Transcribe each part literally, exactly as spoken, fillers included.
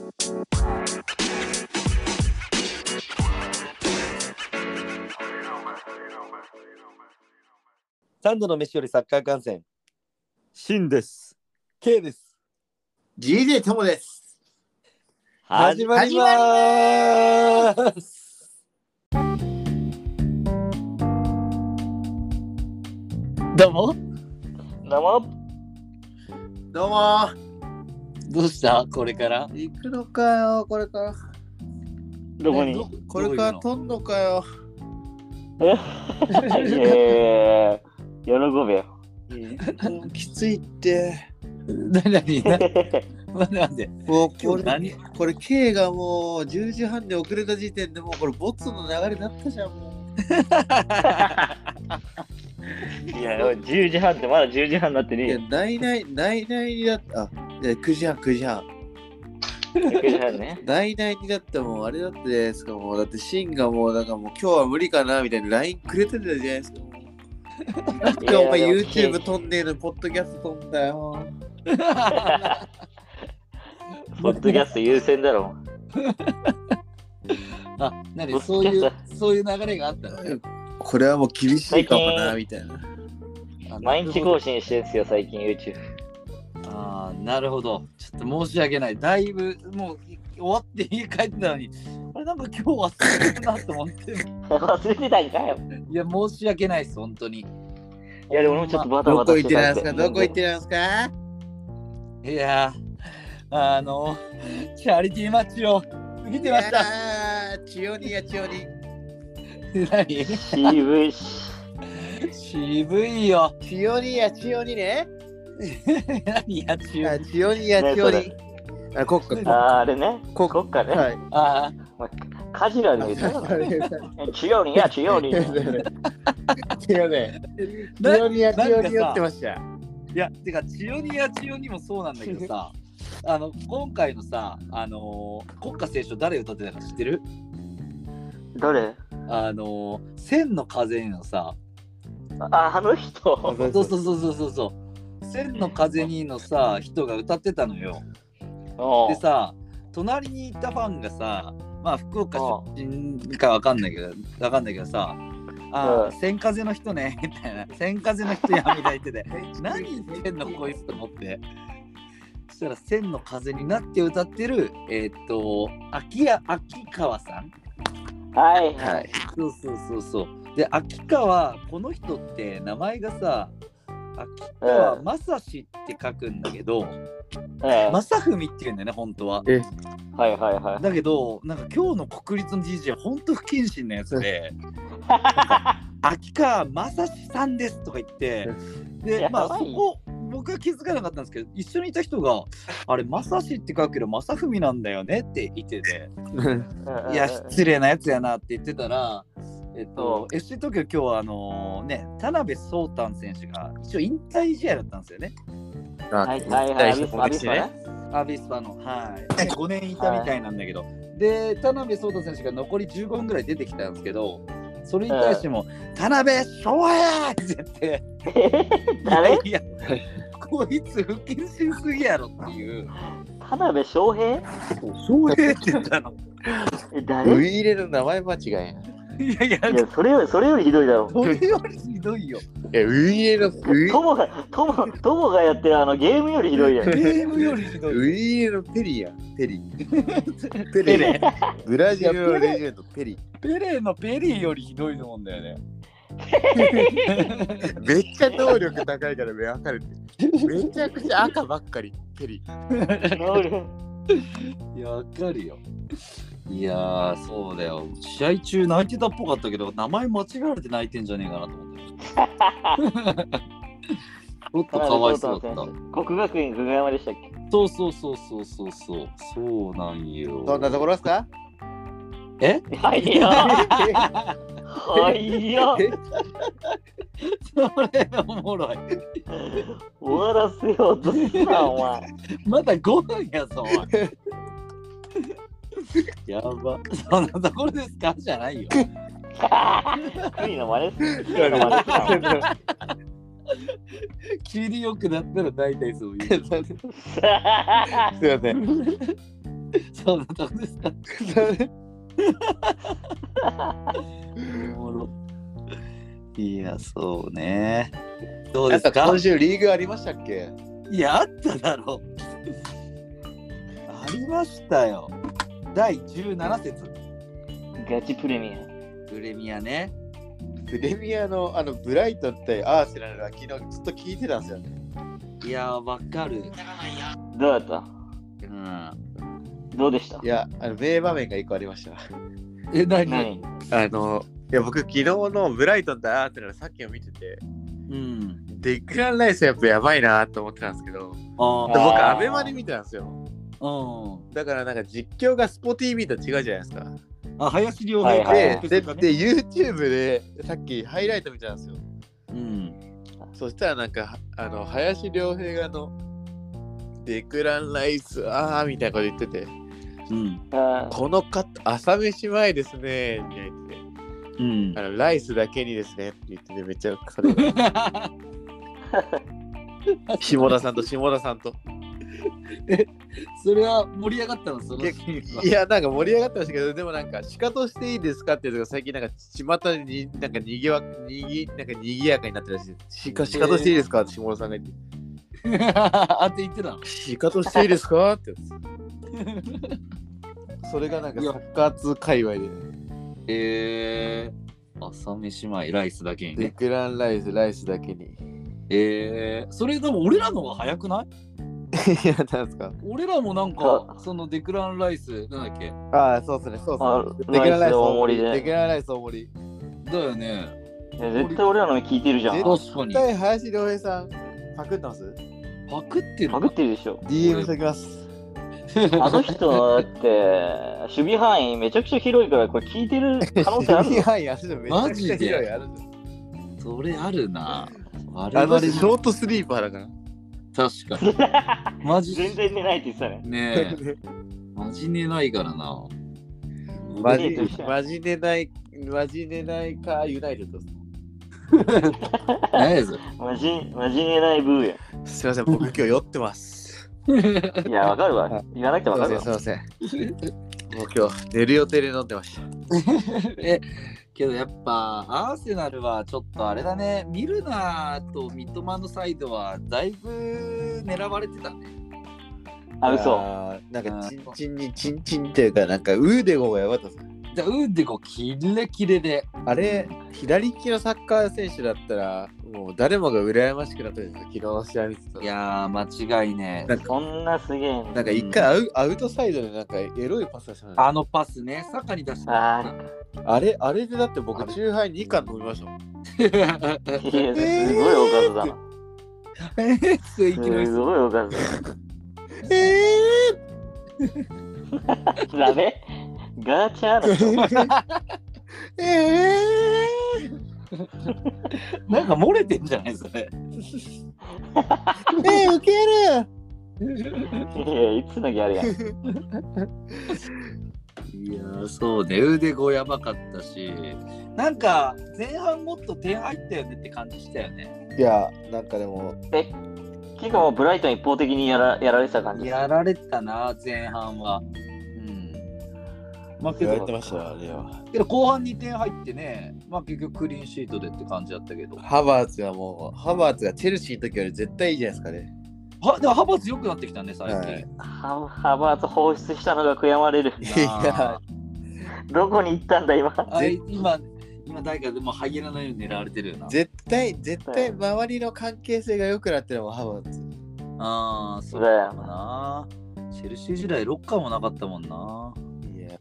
三度の飯よりサッカー観戦、 シンです。 K です。 ジージェー ともです。 始まりまーす。 どうも。 どうも。 どうも。 どうしたこれから行くのかよ、これから。 どこに、 ね、これから飛んのかよ。 ええー、喜べよ。 きついって。 なになになんでもうこれ、何これ K がもうじゅうじはんで遅れた時点でもうこれボツの流れになったじゃん、もう。いや、じゅうじはんってまだじゅうじはんになってねえよ。 いや、ないない、ないないにだった。あ、くじはん、くじはん。 くじはんね。 ないないにだったもん、あれだってですか、もうだってシンがもう、なんかもう今日は無理かなみたいな ライン くれてたじゃないですか。なんかお前 YouTube 飛んでるの、ポッドキャスト飛んだよ。 ポッドキャスト優先だろ。 あ、なにそういうそういう流れがあったのね。 これはもう厳しいかもなみたいな。 毎日更新してるんですよ最近 YouTube。 ああ、なるほど。ちょっと申し訳ない。だいぶもう終わって家帰ってたのに、あれなんか今日忘れてるなと思って。 忘れてたんかよ。 いや申し訳ないです本当に。 いやでも俺もちょっとバタバタしてたんで。 どこ行ってるんですか？ いやあのチャリティーマッチを見てました。 チヨニやチヨニ。 何？ 渋いし。 渋いよ。 チヨニやチヨニね。 何やチヨニ？ チヨニやチヨニ。あ、国家。 あ、あれね。 国家ね。 はい。 ああ。カジュアルに言ってた。チヨニやチヨニ。 違うね。チヨニやチヨニやってました。 いや、てかチヨニやチヨニもそうなんだけどさ、あの今回のさ、あのー、国歌斉唱誰歌ってたか知ってる？ 誰？ あのー、千の風にのさ、 あ、あの人。 そうそうそうそうそうそう。千の風にのさ人が歌ってたのよ。でさ、隣にいたファンがさ、まあ福岡出身かわかんないけど、わかんないけどさ、ああ、千風の人ねみたいな、千風の人やみたいな言ってて、何言ってんのこいつと思って。そしたら千の風になって歌ってるえー、っと秋や秋川さん。 はいはい。 そうそうそうそう。で秋川、この人って名前がさ、秋川正史って書くんだけど、ええ、正文っていうんだよね本当は。 えはいはいはい。 だけどなんか今日の国立の ディージェー は本当不謹慎なやつで秋川正史さんですとか言ってで、まあそこ僕は気づかなかったんですけど、一緒にいた人があれ正史って書くけど正文なんだよねって言ってていや失礼なやつやなって言ってたら、えっと、エフシー 東京今日はあのー、ね、田辺宗丹選手が一応引退試合だったんですよね。 はいはいはい、アビスパね。 アビスパの、はい。ごねんいたみたいなんだけど、はい、で、田辺宗丹選手が残りじゅうごふんぐらい出てきたんですけど、それに対しても、うん、田辺翔平って言って、 誰？ いや、こいつ不謹慎すぎやろっていう。 田辺翔平？ 翔平って言ったの。 え、誰？ ウイイレの名前間違いや。 いやいや、 いやそれよりそれよりひどいだろ。 それよりひどいよ。 いや、ウイイレのトモがトモトモがやってるあのゲームよりひどいやん。 ゲームよりひどい。 ウイイレのペリや、ペリ。ペレ。ブラジルのレジェンドペリ。 ペレのペリよりひどいと思うんだよね。 めっちゃ能力高いから分かるって。めちゃくちゃ赤ばっかりペリ。 いや、わかるよ。いやー、そうだよ。試合中泣いてたっぽかったけど、名前間違われて泣いてんじゃねえかなと思って。ちょっとかわいそうだった。 国学院久我山でしたっけ？ そうそうそうそうそうそう。そうなんよ。 どんなところですか？ え？ はいよ。はいよ。 それおもろい。 終わらせようとすな、お前。 まだごふんやぞ、お前。やば。そんなところですかじゃないよ。 クイの真似する。クイの真似する。 急に良くなったら大体そういう。 すいません。 そうだったんですか。おもろいや、そうね。どうですか。 今週リーグありましたっけ？ いや、あっただろう。ありましたよ。だいじゅうなな節。 ガチプレミア。 プレミアね。 プレミアのあのブライトン対アーセナルは昨日ずっと聞いてたんですよね。 いや、わかる。 どうだった？ うん。 どうでした？ いや、あの名場面が一個ありました。 え、何？ 何？ あの、いや僕昨日のブライトン対アーセナルさっきも見てて、 うん。 デクラン・ライスやっぱやばいなと思ってたんですけど、 あで僕あーアベマで見てたんですよ。 うん。 だからなんか実況がスポ ティービー と違うじゃないですか。 あ、林良はい平はいで、で、で、YouTube でさっきハイライト見たんですよ。 うん。 そしたらなんか、あの、林良平があの、デクラン・ライス、あーみたいなこと言ってて、 うん。 あこのカット、朝飯前ですね、みたいな言ってて、 うんあ。のライスだけにですねって言ってて、めっちゃそれが下田さんと下田さんと。 それは盛り上がったの、その結シーンは。 いや、なんか盛り上がったんですけど、でもなんか、シカとしていいですかっていうのが最近なんか、巷になんかにぎわ、にぎ、なんかにぎやかになってるらしい。シカ、シカとしていいですかって下田さんが言って。 あって言ってたの。 シカとしていいですかってやつ。それがなんかサッカー通界隈で、ね、 えー、朝飯前、ライスだけにデね。 クラン・ライス、ライスだけに。 えー、それでも俺らの方が早くない？ いや、なんですか。 俺らもなんか、そのデクラン・ライス、なんだっけ？ ああ、そうですね、そうあですね。デクラン・ライス大盛り。 ライス大盛りでデクラン・ライス大盛り。 だよね。 いや絶対俺らの聞いてるじゃん。 絶確かに。 対林良平さん、パクってますパクってるパクってるでしょ。 ?ディーエム しておきます。 あの人だって守備範囲めちゃくちゃ広いからこれ聞いてる可能性あるいやいや、めちゃくちゃ広いある。 それあるな。我あ 々 の人ショのートスリーパーだから。 確かに。マジ全然寝ないって言ってたね。 ねえ。マジ寝ないからな。 マジデートし、 マジ寝ない、マジ寝ないか、ユナイテッドです。 何やそれ。 マジマジ寝ないブーや。 すいません、僕今日酔ってます。 いやわかるわ。言わなくてもわかるすいません、 わ。 すいません。もう今日寝る予定で飲んでました。 え、けどやっぱアーセナルはちょっとあれだね。ミルナーと三笘のサイドはだいぶ狙われてたね。 あ、嘘。 あーなんかチンチンにチンチンっていうか、なんかウーデゴがやばかったです。 じゃあウーデコキレキレで。 あれ、左利きのサッカー選手だったら、もう誰もが羨ましくなったんですよ、昨日の試合見てたら。 いやー間違いねなんかそんなすげえ。 なんか一回アウ,、アウトサイドでなんかエロいパス出したのあのパスね、坂に出した。 ああれ、あれでだって僕、チューハイに缶飲みましたもん。 ーいやすごいおかずだな。 えー、すごいす勢いすごいおかず。 えダメガチャーの。 ー、えなんか漏れてんじゃないそれ。 ー、えー、ウケるいやいつのギャルやん。 いやーそうね、腕ごやばかったし、なんか前半もっと点入ったよねって感じしたよね。 いや、なんかでも、 え、結構もうブライトン一方的にやらやられてた感じ。 やられたな、前半は。うん。まあけ言われど、 てましたよ、あれは。 けど後半にてん入ってね、まあ結局クリーンシートでって感じだったけど。 ハバーツがもう、ハバーツがチェルシーの時より絶対いいじゃないですかね。 はでもハバーツ良くなってきたね、最近。 はいハハバーツ放出したのが悔やまれる。 いや、 どこに行ったんだ今。 あい今、今誰かでもハイエナのように狙われてるよな。 絶対、絶対周りの関係性が良くなってるのもハバーツ。 ああ、そうだよだな。チェルシー時代ロッカーもなかったもんな。 いや、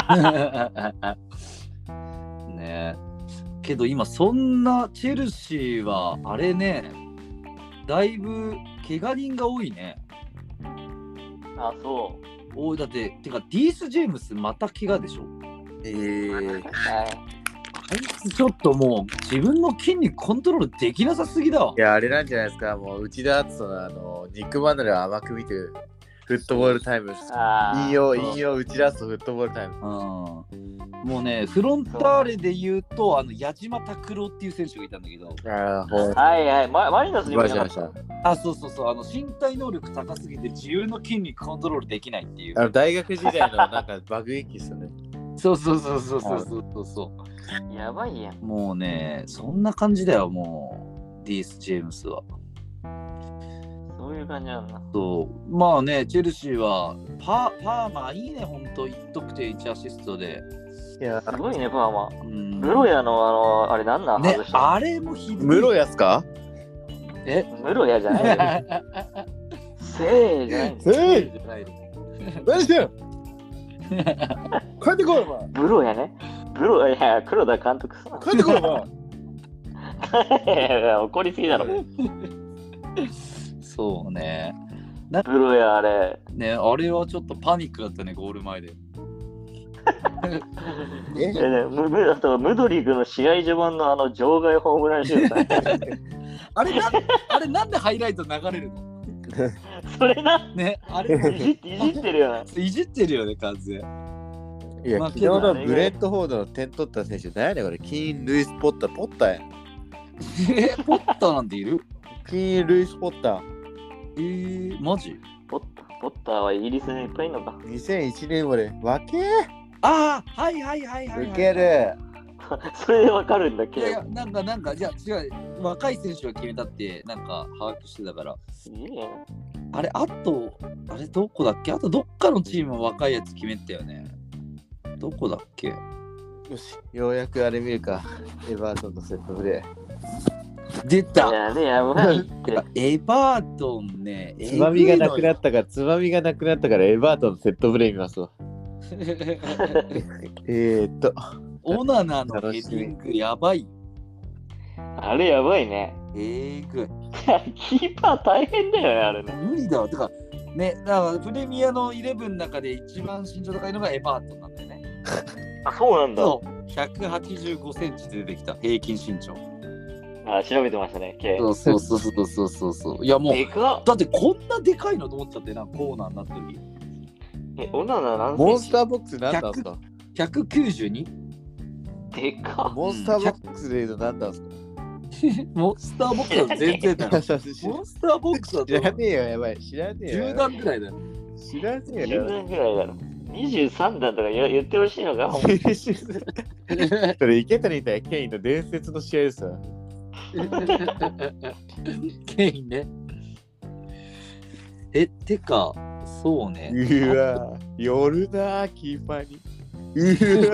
ねえ。けど今そんなチェルシーはあれね、だいぶ怪我人が多いね。 あ、そ多いだって、てかディース・ジェームスまた怪我でしょ。 えう。 ー、 はい。 あいつちょっともう自分の筋肉コントロールできなさすぎだわい。や、あれなんじゃないですか、もう内田篤人のあの肉離れを甘く見てる。 フットボールタイムです。 あー引用、 そう引用打ち出すとフットボールタイム。 うん、もうね、フロンターレで言うと、あの矢島拓郎っていう選手がいたんだけど、 ああ、ほう。 はいはい、ママリノスにもいなかった。 ましたました。 あ、そうそうそう、あの身体能力高すぎて自由の筋肉コントロールできないっていう。 あの大学時代のなんかバグ劇っすよね。 そうそうそうそうそうそうそうそやばいやん。 う。もうね、そんな感じだよ、もう、ディース・ジェームスは。 そういう感じなんだ。 そうまあね、チェルシーはパパーマーいいね、ほんと、いち得点いちアシストで。 いや、 すごいね、パーマ。 うん、 ブロヤのあの、あれなんなんね外し、たあれもひどい。 ムロヤっすか？ えブロヤじゃないよ。せーじゃないんだよ。 えい、 じゃないの何してん？帰ってこいおブロヤね。ブロヤ、いや、黒田監督さ。 前。帰ってこいお前。 いやいや怒りすぎだろ。 そうね。 ブロヤあれ。 ね、あれはちょっとパニックだったね、ゴール前で。 えいやね、ムムあとムドリグの試合序盤のあの場外ホームランシュートね。 あれなんあれなんでハイライト流れるのそれな。 ね、あれいじっていじってるよな。 いじってるよね、完全。 いや、 まあ昨日のブレッドフォードの点取った選手、何やねんこれ。キーン・ルイス・ポッター、ポッターやん。 え、ポッターなんている？ キーン・ルイス・ポッター。 えー、マジ？ ポッター、ポッターはイギリスにいっぱいいるのか。 にせんいちねん生まれ。わけああ、はいはいはいはい、はい。 ウケる。 それでわかるんだけど。 いやいや、なんかなんか、じゃあ違う、若い選手が決めたって、なんか把握してたから。 いいね。 あれ、あと、あれどこだっけ？あとどっかのチームは若いやつ決めたよね。どこだっけ？ よし、ようやくあれ見るか。エバートンのセットプレ出たいやね、やばいって。 エバートンね。 ー。つまみがなくなっったから、つまみがなくなったから、エバートンのセットプレー見ますわ。えーっと、 オナナのヘディングやばい。 あれやばいね。 えぐい。 キーパー大変だよね、あれね。 無理だわ。てか、ね、だからプレミアのじゅういちの中で一番身長高いのがエバートンなんだよね。 あ、そうなんだ。 そう。ひゃくはちじゅうごセンチで出てきた、平均身長。 あ、調べてましたね、K。 そうそうそうそうそうそうそう。いやもう、 でかっ。 だってこんなでかいのと思っちゃってな、コーナーになった時。 え、オナナ何センチモンスターボックス何なんすか？ ひゃくきゅうじゅうに？ でかっ。 モンスターボックスで言うと何なんすか？ モンスターボックスは全然だよ。モンスターボックスだ知らとねえよ、やばい。知らねえよ。 じゅう段ぐらいだよ。 知らねえじゅうよ。 段ぐらいだろ。にじゅうさん段とか言言ってほしいのか。 それ池谷対ケインの伝説の試合ですわ。 ケインね。え、てか、そうね。 うわ、夜だ、キーパーに。う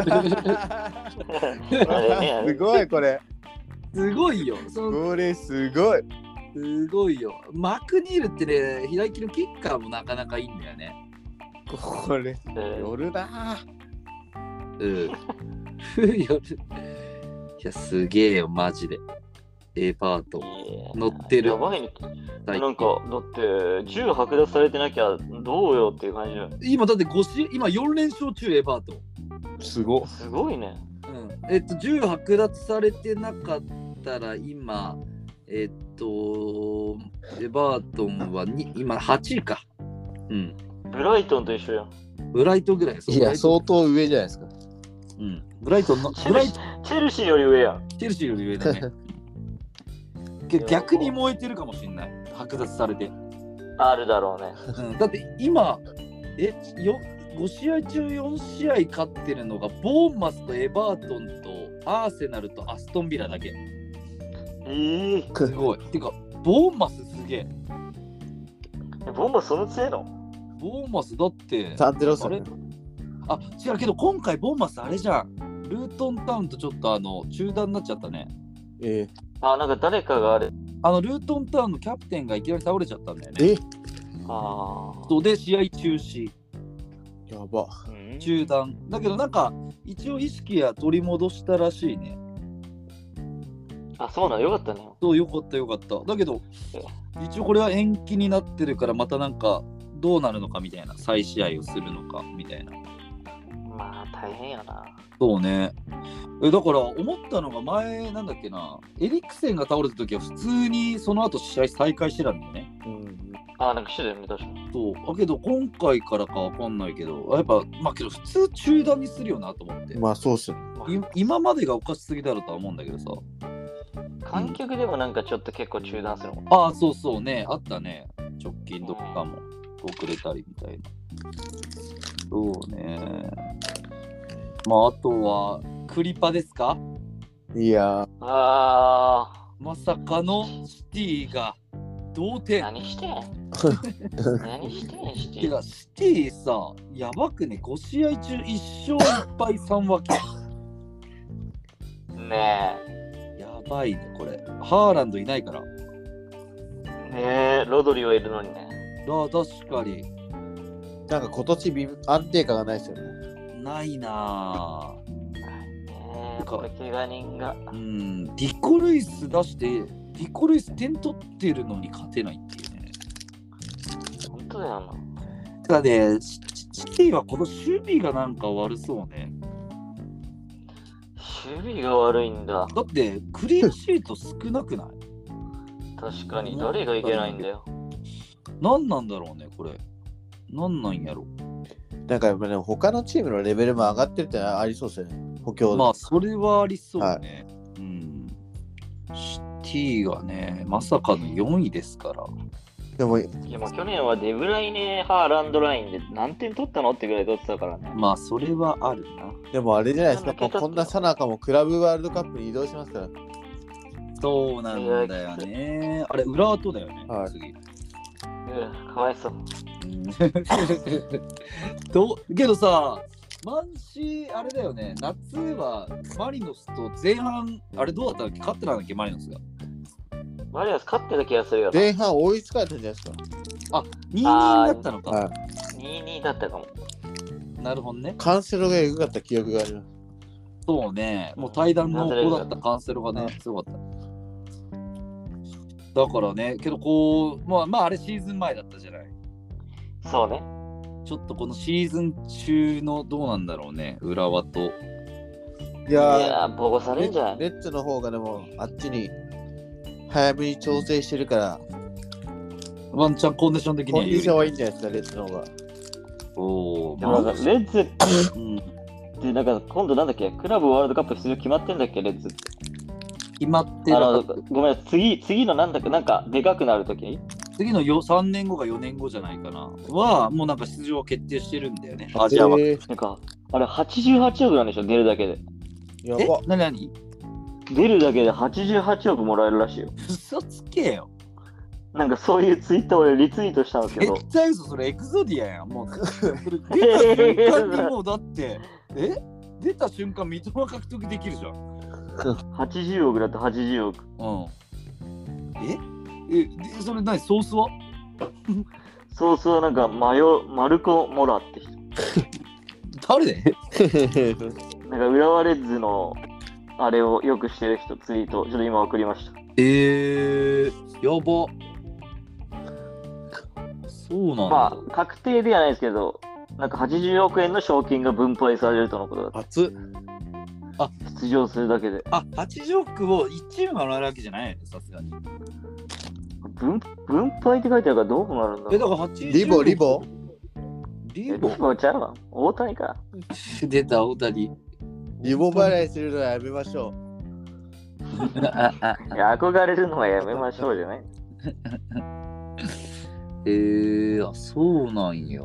わ、すごいこれ。 すごいよ。そのこれすごい。 すごいよ。マクニールってね、左利きのキッカーもなかなかいいんだよね。 これ、夜だ。 うん。夜いや、すげえよ、マジで。エバートン。乗ってるやばいね。なんか、だって、銃剥奪されてなきゃどうよっていう感じだよ。 今だってご試今よん連勝中、エバートン。 すご。 すごいね。 うん、えっと、銃剥奪されてなかったら今、えっと、エバートンはに今はちいか。うん。 ブライトンと一緒よ。 ブライトンぐらい。 いや、相当上じゃないですか。 うん。ブライトンの、 チェブライトルシーチェルシーより上やん。 チェルシーより上だね。け逆に燃えてるかもしれない。剥奪されて。 あるだろうね。 うん、だって今、えよご試合中よん試合勝ってるのが、ボーンマスとエバートンとアーセナルとアストンビラだけ。 ええすごい。てか、ボーンマスすげえ。 ー。ボンバその強いの？ ボーンマスだって。 サンテロスあれあ、違うけど今回ボーンマスあれじゃん。ルートンタウンとちょっとあの中断になっちゃったね。 えあ、なんか誰かがあれ。 あのルートンタウンのキャプテンがいきなり倒れちゃったんだよね。 えああ。 そうで試合中止、 やば。 うん中断。だけどなんか一応意識は取り戻したらしいね。 あ、そうなの、よかったね。 そう、よかったよかった。だけど一応これは延期になってるからまたなんかどうなるのかみたいな、再試合をするのかみたいな。 まあ、大変やな。 そうね。えだから思ったのが前なんだっけな、エリクセンが倒れた時は普通にその後試合再開してたんだよね。 うん。 あ、なんかしてたよね、確かに。 そう。だけど、今回からかわかんないけど、やっぱ、まあけど、普通中断にするよなと思って。 まあそうっすよ。 い今までがおかしすぎだろうとは思うんだけどさ。 観客でもなんかちょっと結構中断するもん。 ああ、そうそうね。あったね。直近とかも遅れたりみたいな。そうね。まあ、あとは、クリパですか？ いやあまさかのシティが同ー、 点。 何してん何してんシテてィ。 か、シティさ、やばくね。ご試合中いっ勝いっ敗さん分け。 ねやばいね、これ。ハーランドいないから。 え、ねえ、ロドリはいるのにね。 あ確かに。 ー、なんか今年微安定感がないですよね。 ないなぁ。 ねえ、これ怪我人が。 うん、ディコルイス出して、ディコルイス点取ってるのに勝てないっていうね。 本当だよな。 てかね、シシティはこの守備がなんか悪そうね。 守備が悪いんだ。 だって、クリーンシート少なくない？ 確かに、誰がいけないんだよ。 何なんだろうね、これ。何なんやろ。 なんかやっぱね、他のチームのレベルも上がってるってのはありそうですよね。補強で。 まあ、それはありそうね。うん。シティがね、まさかのよんいですから。 でも、 いや、もう去年はデブライネ、ハーランドラインで何点取ったのってぐらい取ってたからね。 まあ、それはあるな。 でもあれじゃないですか、もうこんなさなかもクラブワールドカップに移動しますから。 そうなんだよね。あれ、裏跡だよね、 はい次。 うん、かわいそう。 どうけどさ、マンシー、あれだよね、夏はマリノスと前半、あれどうだったんだっけ？勝ってたんだっけ、マリノスが。 マリノス勝ってた気がするよな。 前半追いつかれたんじゃないですか。 あ、にたいにだったのか。 はい。 にたいにだったかも。 なるほどね。 カンセロがエグかった記憶があります。 そうね、もう対談の子だったカンセロがね、すごかった。だからね、けどこう、まあ、まあ、あれシーズン前だったじゃない。 そうね。 ちょっとこのシーズン中のどうなんだろうね、浦和と。 いいややー、ボコさーレれんじゃない？ レッツの方がでもあっちに早めに調整してるから、 ワンチャンコンディション的にコは有利ンディションはいいんじゃないですか、レッツの方が。 おでもなんかレッズうん、 ってなんか今度なんだっけ、クラブワールドカップ出場決まってんだっけ、レッズって。 決まってなあのかった。 ごめん、次次のなんだっけ、なんかでかくなるとき次のよさんねんごかよねんごじゃないかなはもうなんか出場は決定してるんだよね。アジア枠。 えーなんかあれはちじゅうはちおくなんでしょ、出るだけで。 えやば。 なになに出るだけではちじゅうはちおくもらえるらしいよ。 嘘つけよ。 なんかそういうツイッターをリツイートしたんですけど。 絶対嘘、それエクゾディアやん。もうそれ出た瞬間にもうだってえ出た瞬間三笘獲得できるじゃん。 はちじゅうおくだってはちじゅうおく。 うん。ええでそれ何ソースは？ そうそう、なんかマヨマルコ・モラって人。 誰で？ なんか浦和レッズのあれをよくしてる人ツイート、ちょっと今送りました。 えー、やば。そうなんだ。 まあ確定ではないですけど、なんかはちじゅうおくえんの賞金が分配されるとのことだ。 熱っ。 出場するだけで。 あ、はちじゅうおくをいちチームがもらえるわけじゃないよね、さすがに。 分分配って書いてあるからどうなるんだろう。 え、だからはちじゅうリボリボリえ、 ボリボちゃうわ。大谷か。 出た、大谷。 リボ払いするのはやめましょああいや、憧れるのはやめましょうじゃない。 えー、あ、そうなんや。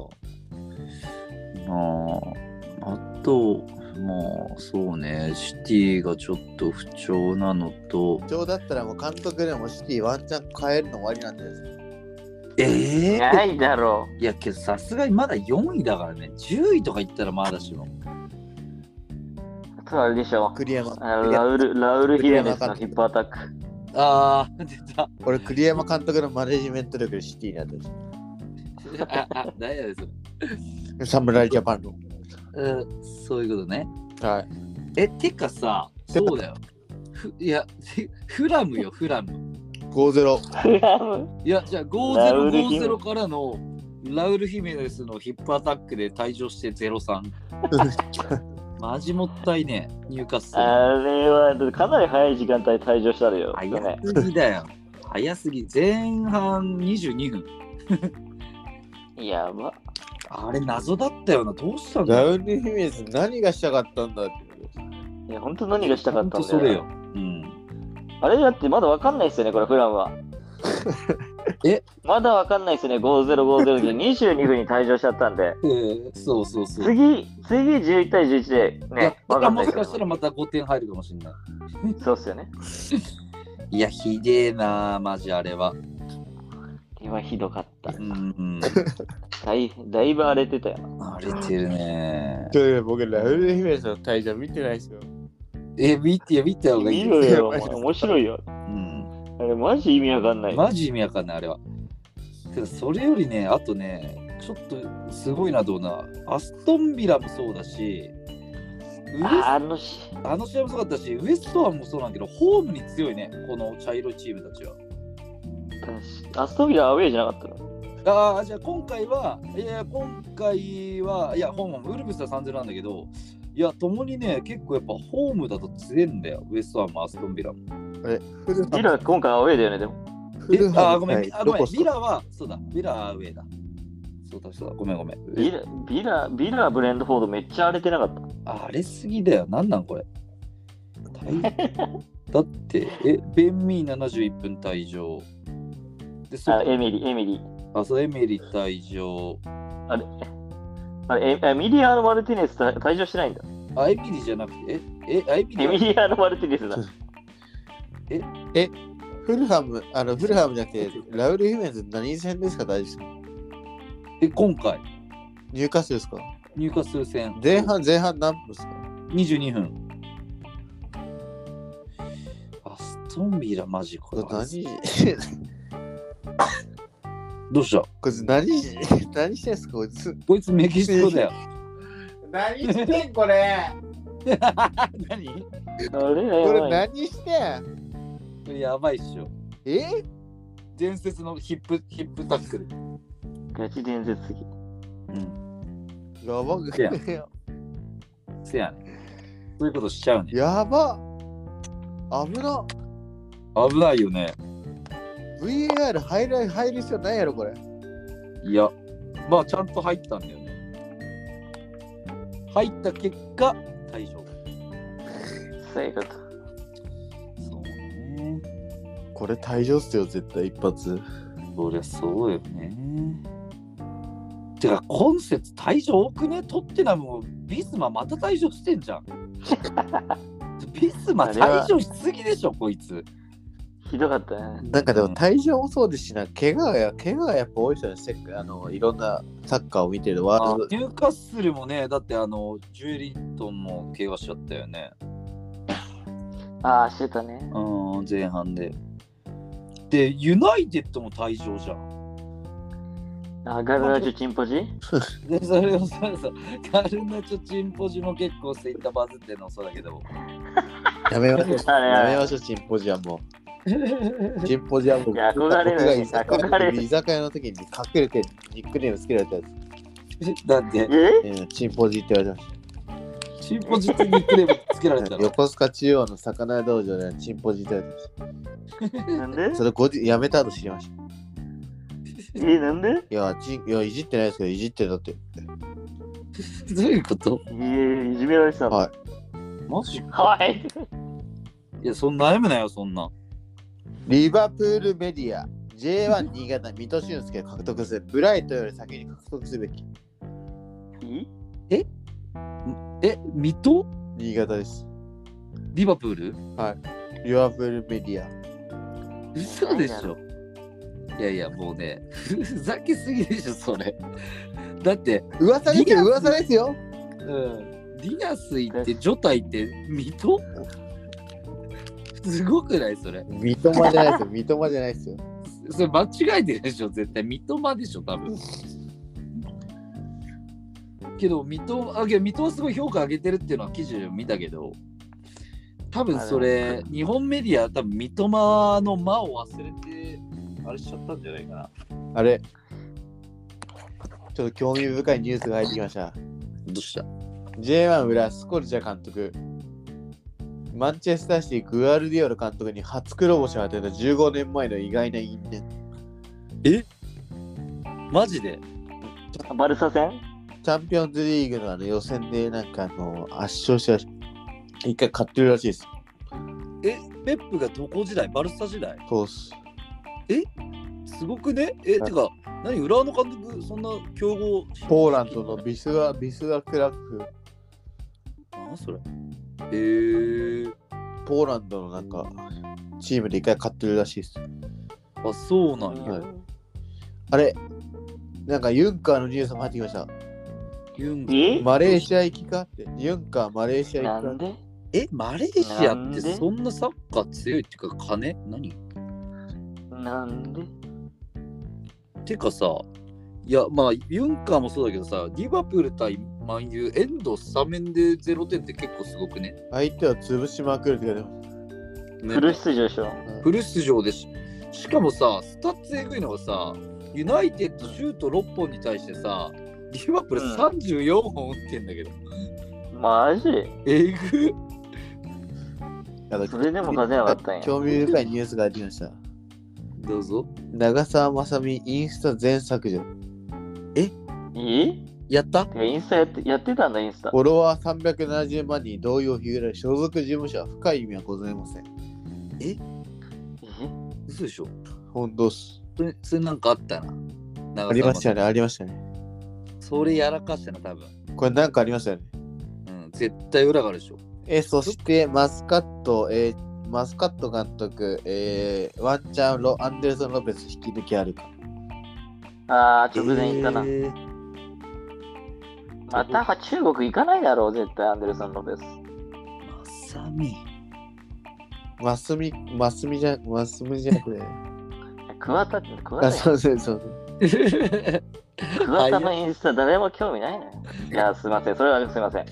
ああ、あと、まあ、そうね、シティがちょっと不調なのとう。、不調だったらもう監督でもシティワンチャン変えるの終わりなんです。 ええー、 ないだろいや、けどさすがにまだよんいだからね、じゅういとかいったらまだしも。 う。あとあれでしょ。 栗山。 あの栗山ラウル、ラウル・ヒメネスのヒップアタック。 ああ、出た。 俺、栗山監督のマネジメント力でシティになってる。 あ、あ、誰やです侍ジャパンの。 うん、そういうことね。 はい。 え、てかさ、そうだよ。ふいや、フラムよ、フラム。 ごたいゼロ。 フラム。 いや、じゃあごたいゼロ、ごたいゼロからのラウル・ヒメネスのヒップアタックで退場してゼロさん。マジもったいねえ、入荷する。 あれはかなり早い時間帯退場したのよ。 早すぎだよ。早すぎ。前半にじゅうにふん。 やば。 あれ謎だったよな。どうしたんだよ。 ラウル・ヒメネス何がしたかったんだって。 いや、本当何がしたかったんだよ。 ほんとそれよ。うん。 あれだってまだわかんないっすよね、これ、普段は。 えまだわかんないっすよね、ごせんごじゅうでにじゅうにふんに退場しちゃったんで。 えー、そうそうそう。 次、次じゅういちたいじゅういちでいやね、わかんないもしかしたらまたごてん入るかもしれない。 そうっすよね。 いや、ひでえな、マジあれは。 あれはひどかった。 うん。 だいだいぶ荒れてたよ。 荒れてるね。 ちょっと僕、ラウル・ヒメネスの退場見てないですよ。 え、見て、見た方がいい。 見ろよ、面白いよ。 うん。 あれ、マジ意味わかんない。 マジ意味わかんない、あれは。てかそれよりね、あとね、ちょっとすごいな、どうな。アストンビラもそうだし、ウエスああのしあの試合もそうだったし、ウエストワンもそうなんだけど、ホームに強いね、この茶色いチームたちは。 アストンビラアウェイじゃなかったの？ ああ、じゃあ今回は、いや、今回は、いや、ホーム、ウルブスはさんたいゼロなんだけど、いや、ともにね、結構やっぱホームだと強いんだよ、ウエストワンもアストンビラも。 え、フルビラ今回アウェイだよね、でも。 えあー、ごめん、 はいあごめん、 どこっすかビラは、そうだ、ビラはアウェイだ。そうだ、そうだ、ごめんごめん。 ビラ、ビラ、ビラ、ブレンドフォードめっちゃ荒れてなかった。 あれすぎだよ、なんなんこれ。だって、え、ベンミーななじゅういっぷん退場。で、そあ、エミリー、エミリー。 あ、そう、エミリー退場。 あれ、あれ、エミリアーノ・マルティネス退退場してないんだ。 あ、エミリーじゃなくて、え、え、エミリーエミリアーノ・マルティネスだ。 フルハム、あの、フルハムじゃなくて、ラウル・ヒメネス何戦ですか、大丈夫ですか？ え、今回、 ニューカッスルですか？ 入荷数戦、 前半、前半何分ですか？ にじゅうにふん。アストンビラ、マジこれ。 これ何どうしたこいつ何何してんすかこいつ。 こいつメキシコだよ。 何してんこれ。 何あれこれやばい。 何してん。 これやばいっしょ。 え伝説のヒップ、ヒップタックル。 ガチ伝説すぎ。 うん。 やばくせやせやね。そういうことしちゃうね。 やば危な。 危ないよね。 ブイエーアール 入る入る必要ないやろこれ。 いや、まあちゃんと入ったんだよね。入った結果、退場。 そういうこと。 そうね。 これ退場っすよ絶対一発。 そりゃそうよね。てか、今節退場多くね？トッテナムもビスマまた退場してんじゃん。ビスマ退場しすぎでしょ、こいつ。 ひどかったね。 なんかでも退場もそうですしな、怪我が怪我がやっぱ多い人はせっあのいろんなサッカーを見てるワールド。 ニューカッスルもね、だってあのジュエリントンも怪我しちゃったよね。 ああ、してたね。 うん、前半で。で、ユナイテッドも退場じゃん。 あ、ガルナチョチンポジで、それをそうそう、ガルナチョチンポジも結構ツイッターバズってるのそうだけど。 やめましょう。 あれやめましょう、チンポジアンも。チンポジアンも。 いや憧れる僕が居酒憧れる屋居酒屋の時に隠れてニックネームつけられたやつ。 だって、 えうんチンポジって言われてましチンポジってニックネームつけられてたた。 の。 横須賀中央の魚屋道場でチンポジって言われてましなんでた。それ後日やめた後知りました。 え、なんでいや、ちいやいじってないですけど、いじってたって。 どういうこと？ いえ、いじめられてたの。 はい。 マジか。 はい。 いや、そんな悩むなよ、そんな。 リバプールメディア ジェイワン 新潟水戸俊介獲得するブライトより先に獲得すべき。 いいえ、水戸？ 新潟です。 リバプール？ リバプールメディア。 嘘でしょ。いやいや、もうね、ふざけすぎでしょ、それ。だって、 噂ですよ、噂ですよ。 うん、ディアス行って、ジョタ行って、水戸？すごくないそれ。 三笘じゃないですよ、三笘じゃないですよ。 それ間違えてるでしょ、絶対。三笘でしょ、多分。けど、水戸、あ、けど水戸はすごい評価上げてるっていうのは記事を見たけど、多分それ、日本メディア、多分三笘の間を忘れて、あれしちゃったんじゃないかな。 あれ、ちょっと興味深いニュースが入ってきました。 どうした？ ジェイワン 裏スコルチャ監督。マンチェスターシティグアルディオル監督に初黒星を当てたじゅうごねんまえの意外な因縁。 えマジでバルサ戦チャンピオンズリーグのあの予選でなんかあの圧勝したらしい。一回勝ってるらしいです。 え、ペップがどこ時代バルサ時代そうっす。 すごくねえ、てか、何浦和の監督、そんな強豪ポーランドのビスガビスガクラフ、 あそれえー、 ポーランドのなんかチームで一回勝ってるらしいです。 あ、そうなんや。 はいあれなんかユンカーのニュースも入ってきました。 ユンえマレーシア行きかって。ユンカーマレーシア行きかなんでえ、マレーシアってなんでそんなサッカー強いっていうか、金何なんでてかさ、いや、まあ、ユンカーもそうだけどさ、リバプール対マンユー、エンドスタメンでゼロてんって結構すごくね。 相手は潰しまくるって言われまねフル出場でしょ。 す。 フル出場でし、しかもさ、スタッツエグいのがさ、ユナイテッドシュートろっぽんに対してさ、リバプールさんじゅうよんほん打ってんだけど。 マジえぐあのそれでも勝てなかったんや。 興味深いニュースがありました。 どうぞ。 長澤まさみインスタ全削除。 えやったてかインスタやってやってたんだ、インスタ。 フォロワーさんびゃくななじゅうまん人同意を広げられ、所属事務所は深い意味はございません。 ええ嘘でしょ本当っす。 それ、それなんかあったな。長澤ありましたね、 まさありましたね。 みそれやらかしたな、多分。 これなんかありましたよね。 うん、絶対裏があるでしょ。 え、そしてマスカット、えーマスカット監督、えー、ワンチャンロアンデルソン・ロペス引き抜きあるか。 あー、直前行ったな。 えーまたか中国行かないだろう、絶対アンデルソン・ロペス。 まさみ。 マスミ、マスミじゃ、マスミじゃなくて。 桑田って桑あ、 田そうそうそう。 桑田のインスタ誰も興味ないのよ。いや、すいません、それはすいません。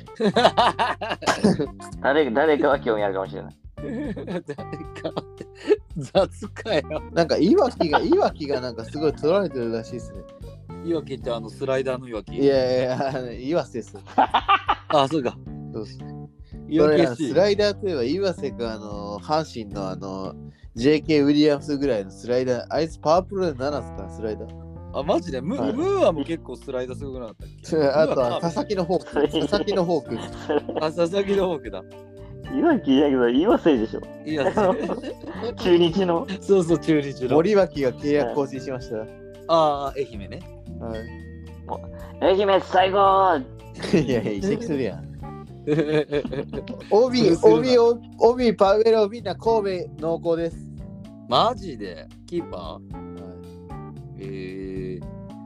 誰誰かは興味あるかもしれない。 誰かって雑かよ。 なんか、いわきが、いわきがなんかすごい取られてるらしいですね。 いわきってあのスライダーのいわき。 いやいや、あの岩瀬です。 あ、そうか。 そうです。 いわきこれエフシースライダーといえば岩瀬かあの阪神のあの ジェーケー ウィリアムスぐらいのスライダー、あいつパワープロでななすかスライダー。 あ、マジでム,、 はいムーアも結構スライダーすごくなかったっけあとは佐ムーア 々木のフォーク。佐々木のフォーク。 あ、佐々木のフォークだ。 岩木じゃなくて岩瀬でしょ。 いや、 中日の。 そうそう、中日の。 森脇が契約更新しました。はああ、愛媛ね。 愛媛最高い。いやいや、移籍するやん。 そ帯、 うするな帯、帯、パウエロ、みんな神戸濃厚です。 マジでキーパーはいえー、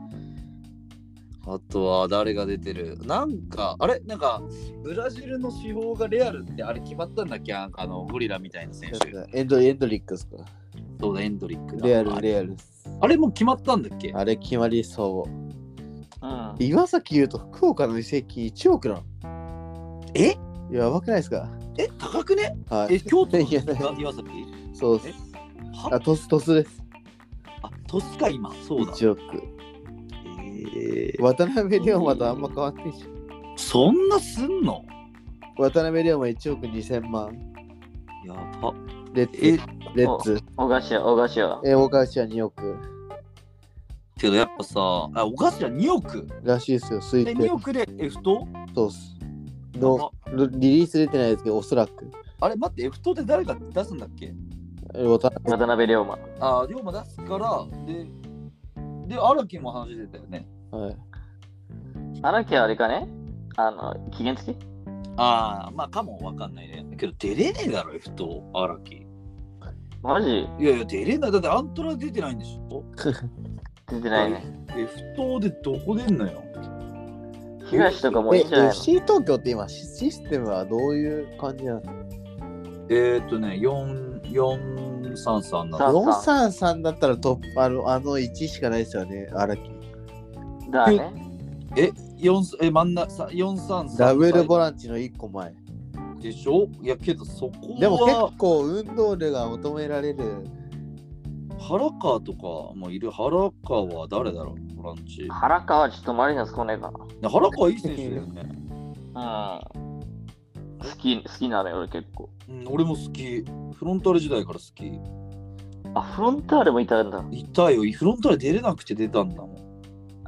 あとは誰が出てるなんか、あれなんか、ブラジルの司法がレアルってあれ決まったんだっけなんかあの、ゴリラみたいな選手。 エンドエンドリックスか。 そうだ、エンドリックだ。 レアル、 あれレアルです。 あれもう決まったんだっけあれ決まりそう。 うん。 岩崎言うと福岡の移籍いちおくなの。 えやばくないですか？ え、高くねはい。 え、京都のいや岩崎そうです。 はあ、トストスです。 あ、トスか今、そうだ。 いちおく。 えー、 渡辺龍馬とあんま変わってないじゃん。 そんなすんの渡辺龍馬いちおくにせんまん。 やば。 レッえツ。レッツ。 小頭、小頭。 え、大川氏はにおく。 けどやっぱさ、あ、お頭におくらしいですよ、推え、 定。 におくで F 等そうっす。のリリース出てないですけど、おそらく。 あれ待って、F 等って誰が出すんだっけえ渡辺渡辺龍馬。 あ、龍馬出すから、で、で、荒木も話出たよね。 はい。 荒木はあれかねあの、期限付きああ、まあかもわかんないね。けど出れねえだろ、F 等、荒木。 マジいやいや、出れない。だってアントラ出てないんでしょ出てないね。 F 等でどこ出んのよ。 東とかもいいえ、 んじゃないのエフシー 東京って今シ、システムはどういう感じなの？ えーっとね、よん、よんさんさんなさの。 よんさんさんだったらトップ、あの、あのいちしかないですよね、荒木。 だね。 え、よん、え、真ん中、よんさんさん。 ダブルボランチのいっこまえ。 でしょいや、けどそこは。 でも結構運動量が求められる。 原川とかもいる。原川は誰だろうボランチ。 原川ちょっとマリナス来ねえか原川いい選手だよね。 な。うん。好き、好きなのよ、俺結構。 うん、俺も好き。フロンターレ時代から好き。 あ、フロンターレもいたんだ。 いたよ。フロンターレ出れなくて出たんだもん。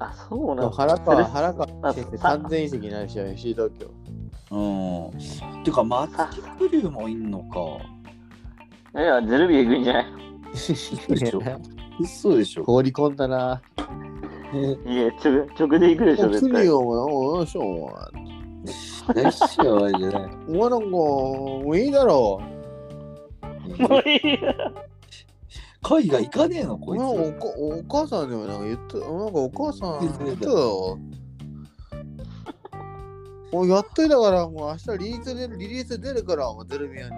あ、そうなんだ。 原川、 それ原川あ先生さ完全移籍になるし、エフシー 東京。 うん。てか、松木玖生もいんのか。 いや、ゼルビア行くんじゃない？ 嘘でしょ。嘘でしょ。 放り込んだな。 いや、直直で行くでしょ、絶対。 来るよ、お前。おいしょ、お前。 よっしゃ、おいじゃない。 お前なんか、もういいだろもういいや。 海外行かねえの、 う。 こいお前つ。 おかお母さんでもなんか言った、なんかお母さん言ったよ。もうやっといたから、もう明日リリース出る、リリース出るから、もうゼルビアに。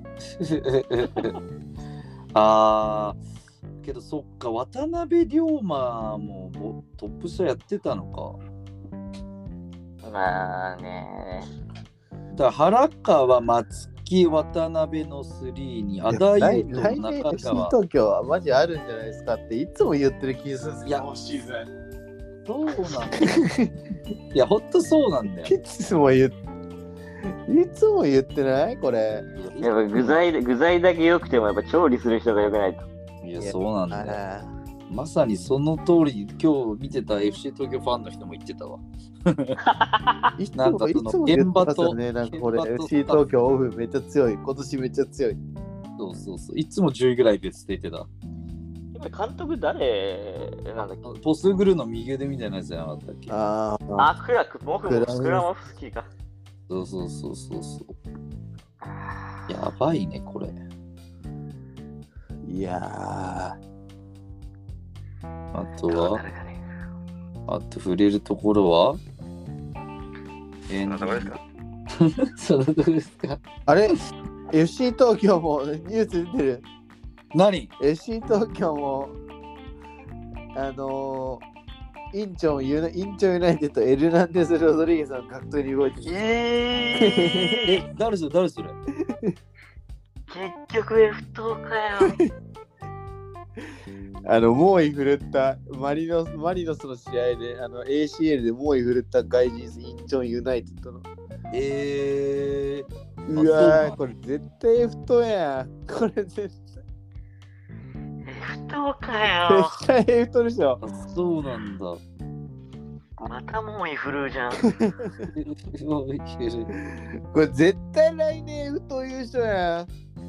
あー、けどそっか、渡辺龍馬もボトップ下やってたのか。 まあね。 だから原川、松木、渡辺のスリーに、アダ来ユと来年中エフシー川。 東京はマジあるんじゃないですかっていつも言ってる気がするんですいや今シーズそうなんだよ。いや、ほんとそうなんだよ。 ン。いつも言っていつも言ってないこれ。 やっぱ具材で具材だけ良くてもやっぱ調理する人が良くないと。 いや、そうなんだよ。 あまさにその通り、今日見てた エフシー 東京ファンの人も言ってたわ。 ーいつなんかそのもいつも言ってますよ現ね。なんかこれ現場とエフシー 東京オフめっちゃ強い。今年めっちゃ強い。 そうそうそう。いつもじゅういぐらい別って言ってた。 今監督誰なんだっけ？ ポスグルの右腕みたいなやつじゃなかったっけ。 ああ。 あ、クラク、モフモフ、 クラクラモフスキーか。 そうそうそうそうそう。やばいね、これ。 いやあとは、 誰だね。 あと触れるところはエンディング。そのとこですか。 ー。あれ エフシー 東京もニュース出てる。 何エフシー 東京もあのー、インチョンユナインチョンユナイテッドエルナンデス・ロドリゲスの格闘に動いてる。 ええ、誰それ誰それー、結局 F 等かよ。 あの猛威振るったマリノスマリノスの試合であの エーシーエル で猛威振るった外人インチョンユナイテッドの。 えー、 うわーあこれ絶対 F 等やん。これ絶 F 等かよ。 対 F 等でしょ。 あ、そうなんだ。 またもうイフルじゃん。 これ絶対来年 F 等優勝やん。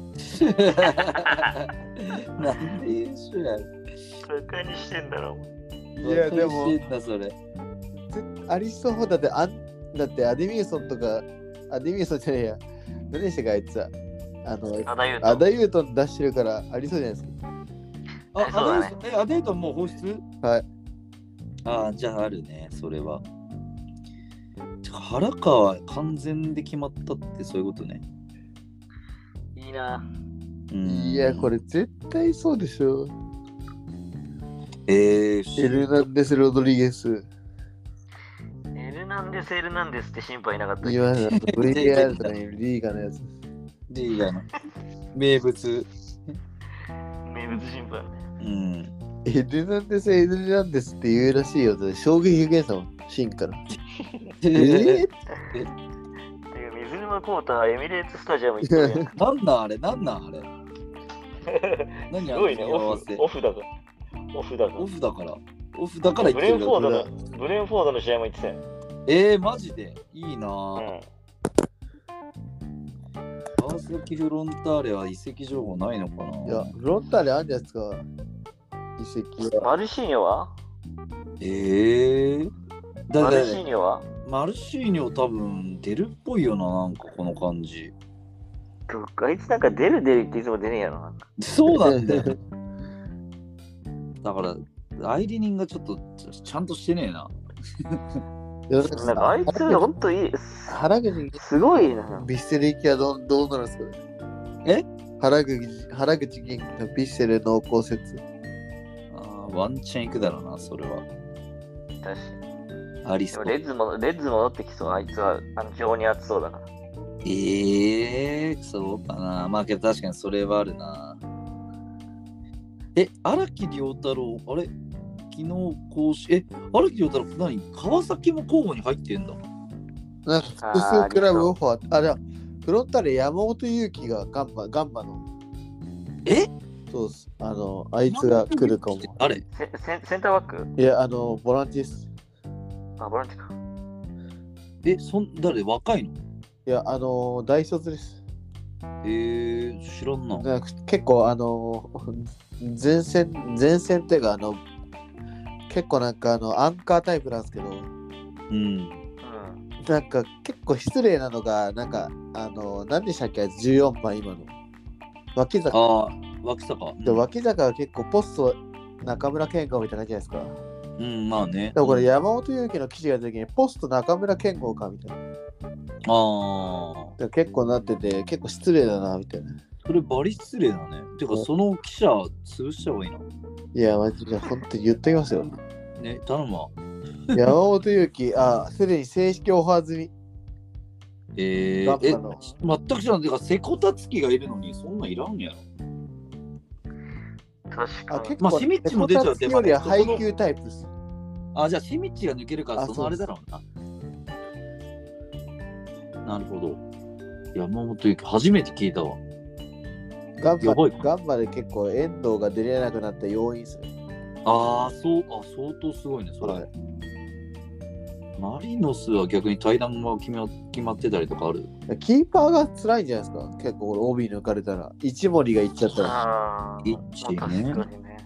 なんで優勝やる。 バカにしてんだろ。 いやでもんだそれ。 ぜありそうだってあんだってアデミューソンとかアデミューソンじゃねえや何でしたかあいつはあのアダユート。 アダユートン出してるからありそうじゃないですか。 あ、 そうだねアデートえ、アデートもう放出？ はい。 ああ、じゃああるね、それは。てか原川完全で決まったってそういうことね。 いいな。 うんいやこれ絶対そうでしょ。 えー、 エルナンデス・ロドリゲスエルナンデス、エルナンデスって心配なかったっけ？ 言わない ブイエーアール とかにリーガのやつ。 リーガの名物。 名物心配ね。 うん。 エルナンデス・エルナンデスって言うらしいよ。だって衝撃受けんさもんシンから。えー、 てか水沼コータエミレーツスタジアム行ったね。 なんなんあれなんなんあれ何すごいね、 あのオフオフだから。オフだから。 オフだから。オフだからブ言ってるレンフォードだのブレンフォードの試合も行ってたよ。 えー、マジでいいなうぁ。 ん。 川崎フロンターレは移籍情報ないのかないやフロンターレあるんじゃないですか移籍は。 マルシーニョはえー、だマルだシーニョはマルシーニョ多分出るっぽいよな、なんかこの感じ。 あいつなんか出る出るっていつも出ねえやろな。 そうなんだよ。だから、代理人がちょっとちちゃんとしてねえな。 いやなんかあいつほんといい。 原口すごいな。 ビッセル行きはどうどうなるんですかえ原口原口元気のビッセル濃厚説。 あーワンチャンいくだろうな、それは。 確かに。 ありそう。 でもレッズもレッズ戻ってきそう。あいつはあの情に熱そうだから。 ええー、そうかな。まあけど確かにそれはあるな。え、荒木遼太郎、あれ昨日公式、え、荒木遼太郎、何川崎も候補に入ってんだ。 なんか複数クラブオファーあれはフロンターレ山本祐希がガンバガンバのえそうっす。あの、あいつが来るかも。 誰？ セセンセンターバックいや、あの、ボランティっす。 あ、ボランティか。 え、そん誰若いの？ いや、あの、大卒です。 えー、知らんな。 なんか結構、あの、前線、前線っていうか、あの、結構なんかあの、アンカータイプなんですけど、 うん。 うん。 なんか結構失礼なのが、なんか、あの、何でしたっけ、じゅうよんばん今の。脇坂。 ああ、脇坂。 で脇坂は結構ポスト中村健吾みたいな感じじゃないですか。 うん、まあね。 でもこれ山本祐希の記事が出た時にポスト中村健吾かみたいな。 ああ。 で結構なってて、結構失礼だなみたいな。 それバリ失礼だね。てか、その記者潰した方がいいな。 いや、マジで本当に言っときますよ。 ね、頼むわ。 山本祐希、あ、すでに正式オファー済み。 えー、え、 ガンバの全く知らん。てか、セコタツキがいるのに、そんなんいらんやろ。 あ、 確かに。 結構、 まあシミッチも出ちゃう手よりは配給タイプです。 あ、じゃあ、シミッチが抜けるから、 あそのあれだろうな。なるほど。山本ゆき、初めて聞いたわ。 ガンバやばいかガンバで結構遠藤が出れなくなった要因ですね。 ああ、そう、あ、相当すごいね、それ。 はいマリノスは逆に対談が決ま決まってたりとかある？ キーパーが辛いんじゃないですか。結構これ帯抜かれたら。一森がいっちゃったら。 あー一ねまあ確かにね。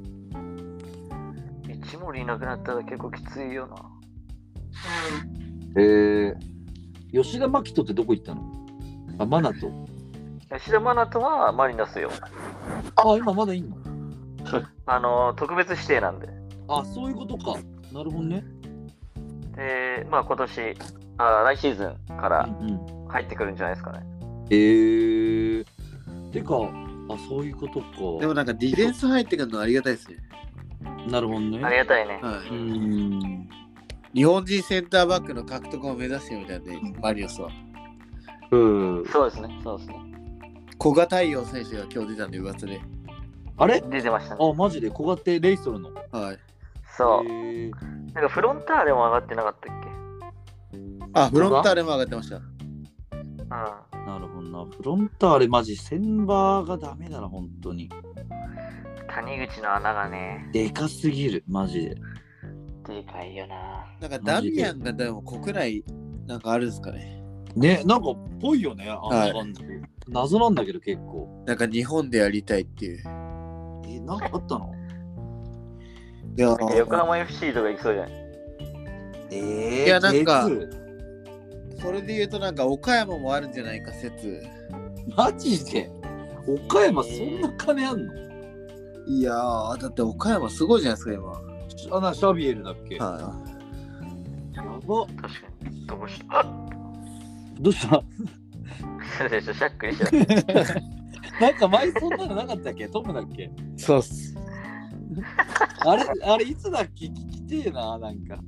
一森いなくなったら結構きついよな。 えー、吉田真人ってどこ行ったの？あ、マナト。 吉田真人はマリノスよ。 あ、今まだいんの？ あの、特別指定なんで。 あ、そういうことか。なるほどね。 で、まあ今年、あ来シーズンからうんうん。 入ってくるんじゃないですかね。 えー、てか、あ、そういうことか。 でもなんかディフェンス入ってくるのありがたいですね。 なるほどね。 ありがたいね。 はうい。 ん。 日本人センターバックの獲得を目指してるみたいで、マリノスは。 うん。 そうですね、そうですね。 古賀太陽選手が今日出たんで、噂で。 あれ？ 出てましたね。 あ、マジで小型レイソルの。 はい。 そう。 へーなんかフロンターレも上がってなかったっけ？ あ、フロンターレも上がってました。 うん。 なるほどな。フロンターレマジセンバーがダメだな、本当に。 谷口の穴がね、 でかすぎる、マジで。 でかいよな。 なんかダミアンがでも国内なんかあるんですかね。 ね、なんかぽいよね、あんな感じ。謎なんだけど結構。 なんか日本でやりたいっていう。 え、なんかあったの？ いや、 横浜 エフシー とか行きそうじゃない？ えいやなんかジェイツーそれで言うとなんか岡山もあるんじゃないか説。 マジで岡山そんな金あんの？ いやー、だって岡山すごいじゃないですか、今。 あ、な、シャビエルだっけ？ はやば。 確かに。どうしたどうしたでしょ、シャックリしちゃった。 なんか前そんなのなかったっけ？トムだっけ？ い。そうっす。 あれ、あれいつだっけ？聞きてえな、なんか。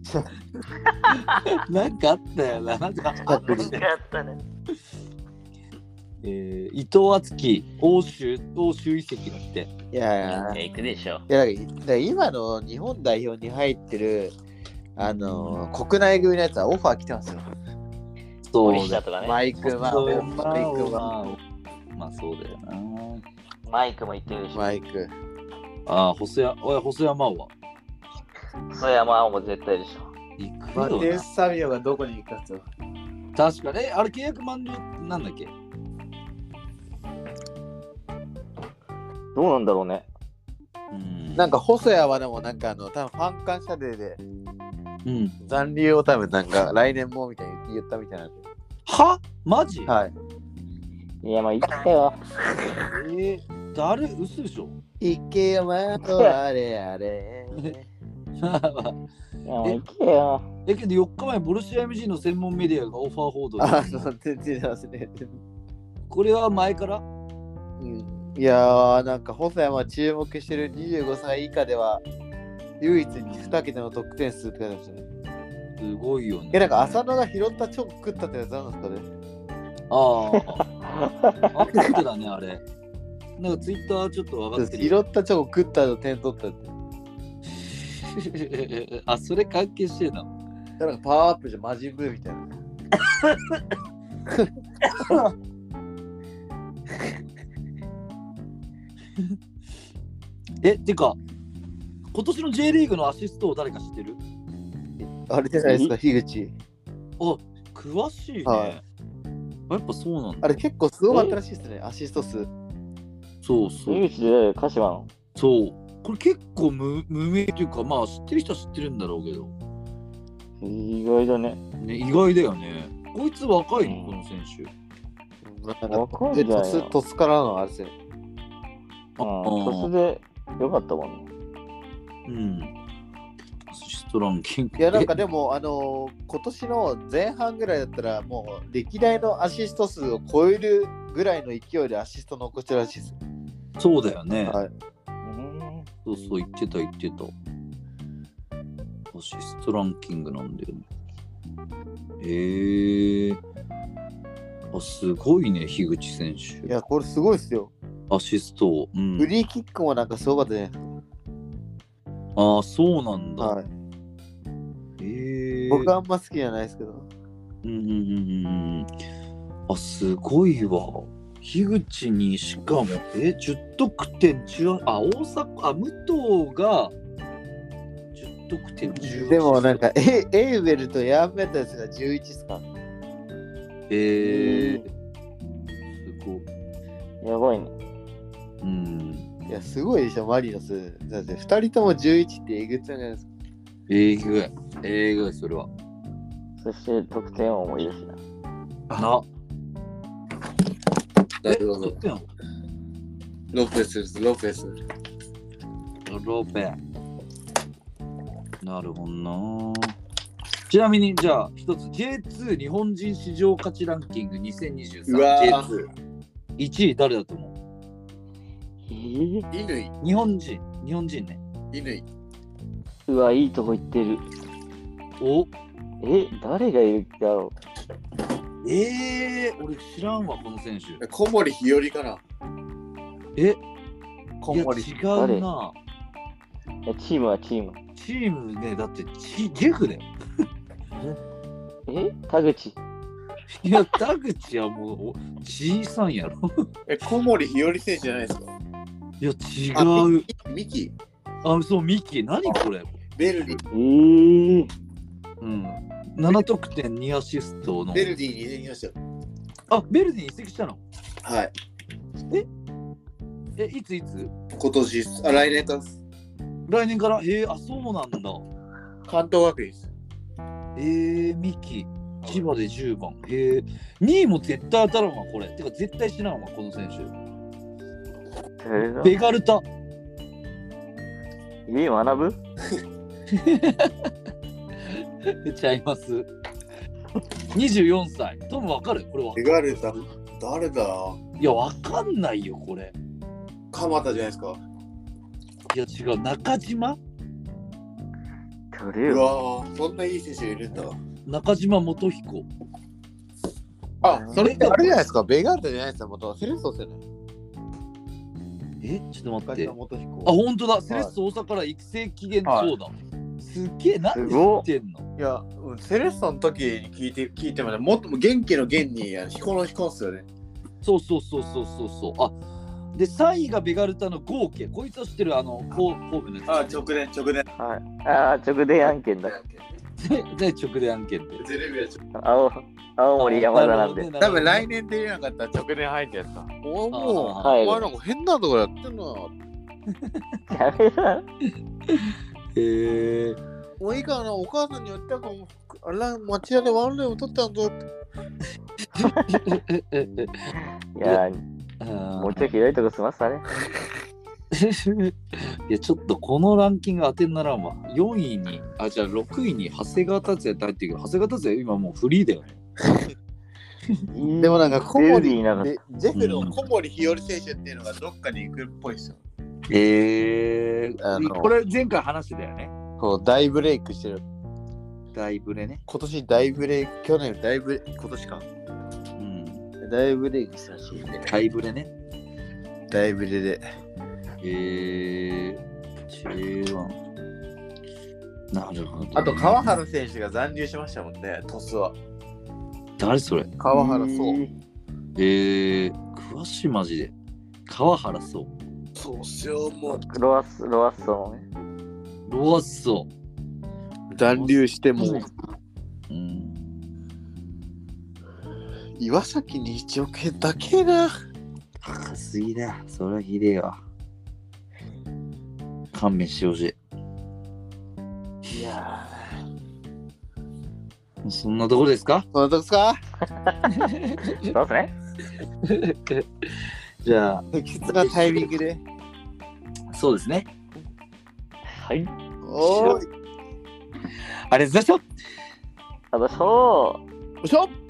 なんかあったよな。なんかあったね。 やったね。 えー、伊藤敦樹、欧州、欧州移籍だって。 いやいや、 行くでしょ。 いやだからだから今の日本代表に入ってる、あのー国内組のやつはオファー来てますよ。 そうだ。 森下とかね。 マイク・マン、 そうマイク・マン、 まあ、まあそうだよな。 マイクも行ってるでしょ。 マイク。 ああ、細谷、おい、細谷真央は。 そやまあも絶対でしょ。 行くマテウよス・サビオがどこに行くかと。 な。確かに。え、あれ契約満了なんだっけ？ どうなんだろうね。 うん。 なんか細谷はでもなんかあの多分ファン感謝デーでうん。 残留を多分なんか来年もみたいに言ったみたいなんで。 は？マジ？ はい。 いや、まあ行ったよ。 えー、誰？嘘でしょ？ 行けよまとあれあれ。 いや、もう行けよ。 え、けどよっかまえ、ボルシア エムジー の専門メディアがオファー報道あ、 で。 そう全然出ますね。 これは前から？ うん、いやーなんか細谷は注目してるにじゅうごさい以下では唯一にに桁の得点数って書いてましたね。 すごいよね。 え、なんか浅野が拾ったチョコ食ったってやつなんですかね。 ああ。あってだね、あれ。なんかツイッターちょっと上がってる。 拾ったチョコ食ったの点取ったって。 あ、それ関係してんの？ だからパワーアップじゃ魔人ブーみたいな。 え、てか、今年の J リーグのアシストを誰か知ってる？ あれじゃないですか、樋口。 あ、詳しいね。 はいやっぱそうなんだ。 あれ結構すごかったらしいですね、アシスト数。 そうそう。 井口で誰鹿島の。 そう。これ結構無無名というか、まあ知ってる人は知ってるんだろうけど。 意外だね。 ね、意外だよね。こいつ若いの、 うんこの選手。 なんわかんか、え、 ないなトス、トスからのあれですね。 うん。 あトスでよかったもんね。 うん。アシストランキング。 いや、なんかでも、あのー今年の前半ぐらいだったら、もう歴代のアシスト数を超えるぐらいの勢いでアシスト残してるらしいです。 えそうだよね。 はい。 うんそうそう、言ってた言ってた。アシストランキングなんだよね。へえー。あ、すごいね、樋口選手。 いや、これすごいですよ。 アシスト。うんフ。リーキックもなんかすごかったね。 ああ、そうなんだ。 はい。 へえー。 僕はあんま好きじゃないですけど。 うんうんうんうんうん。あ、すごいわ。樋口にしかも、え、じゅってん点じゅう、あ、大阪、あ、武藤がじゅってんじゅうはち。 でもなんか、エエーベルとヤンメタスがじゅういちですか。 えー、すごい。 やばいね。 うん。 いや、すごいでしょ、マリノス。だってふたりともじゅういちってえぐっちゃうじゃないですか。 えぐい。えぐい、それは。 そして得点王もいるしな。 な。 なるほど。 得点ロペスです、ロペス。 ロペ。なるほどな。ちなみに、じゃあ、一つ ジェイツー 日本人市場価値ランキングにせんにじゅうさん。 うわージェイツー。いちい誰だと思えー、 乾、 う？日本人。日本人ね。 乾。 うわ、いいとこ行ってる。 おえ、誰がいるだろえー、俺知らんわ、この選手。 小森日和かな。 え小森。 いや違うな。 う。いやチームはチーム。 チームね、だってチジェフだよ。 え、田口。 いや、田口はもう小さんやろ。 え、小森日和選手じゃないですか。 いや、違う。 ミキ、 あ、そう、ミキ。何これ。 ベルディ、 えー、 うん。なな得点にアシストの。 ベルディに入れてきましたよ。 あ、ベルディに移籍したの？ はい。 え、いついつ？ 今年、あ、来年からです。 来年から。へえ、あ、そうなんだ。 関東学院です。 えー、ミキ。千葉でじゅうばん。へえ。にいも絶対当たらんわ、これ。てか、絶対知らんわ、この選手。 誰だベガルタ。 え、学ぶちゃいます。にじゅうよんさい。トムわかる？これは。 ベガルタ、誰だ？ いや、わかんないよ、これ。 蒲田じゃないですか。 いや、違う。中島う誰よ。 わー、そんないい選手がいるんだ。 中島元彦。 あ、それってあれじゃないですか。ベガルタじゃないですか。元セレッソですよね。 え、ちょっと待って。 元彦。 あ、ほんとだ。セレッソ大阪から育成期限、 はいそうだ。すっげえ、なんで知すごっってんの？ いや、うんセレッソの時に聞いて聞いてもね、もっとも元気の元にあの彦の彦っすよね。 そうそうそうそうそうそう。あ、で、さんいがベガルタの合計。こいつは知ってる、あの、こう神戸のやつ。 直電、直電。 はい。ああ、直電案件だ。 で、直で案件で。 テレビはちょ青青森山田なんで。 あ多分来年出れなかったら直電入ったやつか。おもう、 あはいお前なんか変なとこやってんな。 やめな。 へえ。 もういいからな、お母さんに言ったかも。あら、町屋でワンルーム取ったんぞって。 いや、 あもうちょい広いとこ済ませたね。 ーいや、ちょっとこのランキング当てにならんわ。よんいに、あ、じゃあろくいに長谷川達也って入ってるけど、長谷川達也今もうフリーだよね。 でもなんか小ベル森ディなんかでジェフの小森日和選手っていうのがどっかに行くっぽいですよ。 へえあのこれ前回話してたよね。 そう、大ブレイクしてる。 だいぶね。 今年大ブレイク、去年大ブレイク、今年か。 うん。 大ブレイクしたらしいんで。 だいぶね。 大ブレで。 へえ ジェイワン。なるほど、ね。 あと川原選手が残留しましたもんね、トスは。 誰それ？ 川原そう。 えー、詳しいマジで。川原そう。 そうっすよ、もう。 ロアッソ、ロアッソのね。 ロアッソ。 残留しても、 うん。 岩崎にいちおくえんだけな。 高すぎだよ。それはひでえよ。勘弁してほしい。 いやそんなところですか？ ー、どうですか？ そうですね。 じゃあ、 適切なタイミングで。 そうですね。 はい。 おーい。 ありがとうございました。 ありがとうございました。 よいしょ。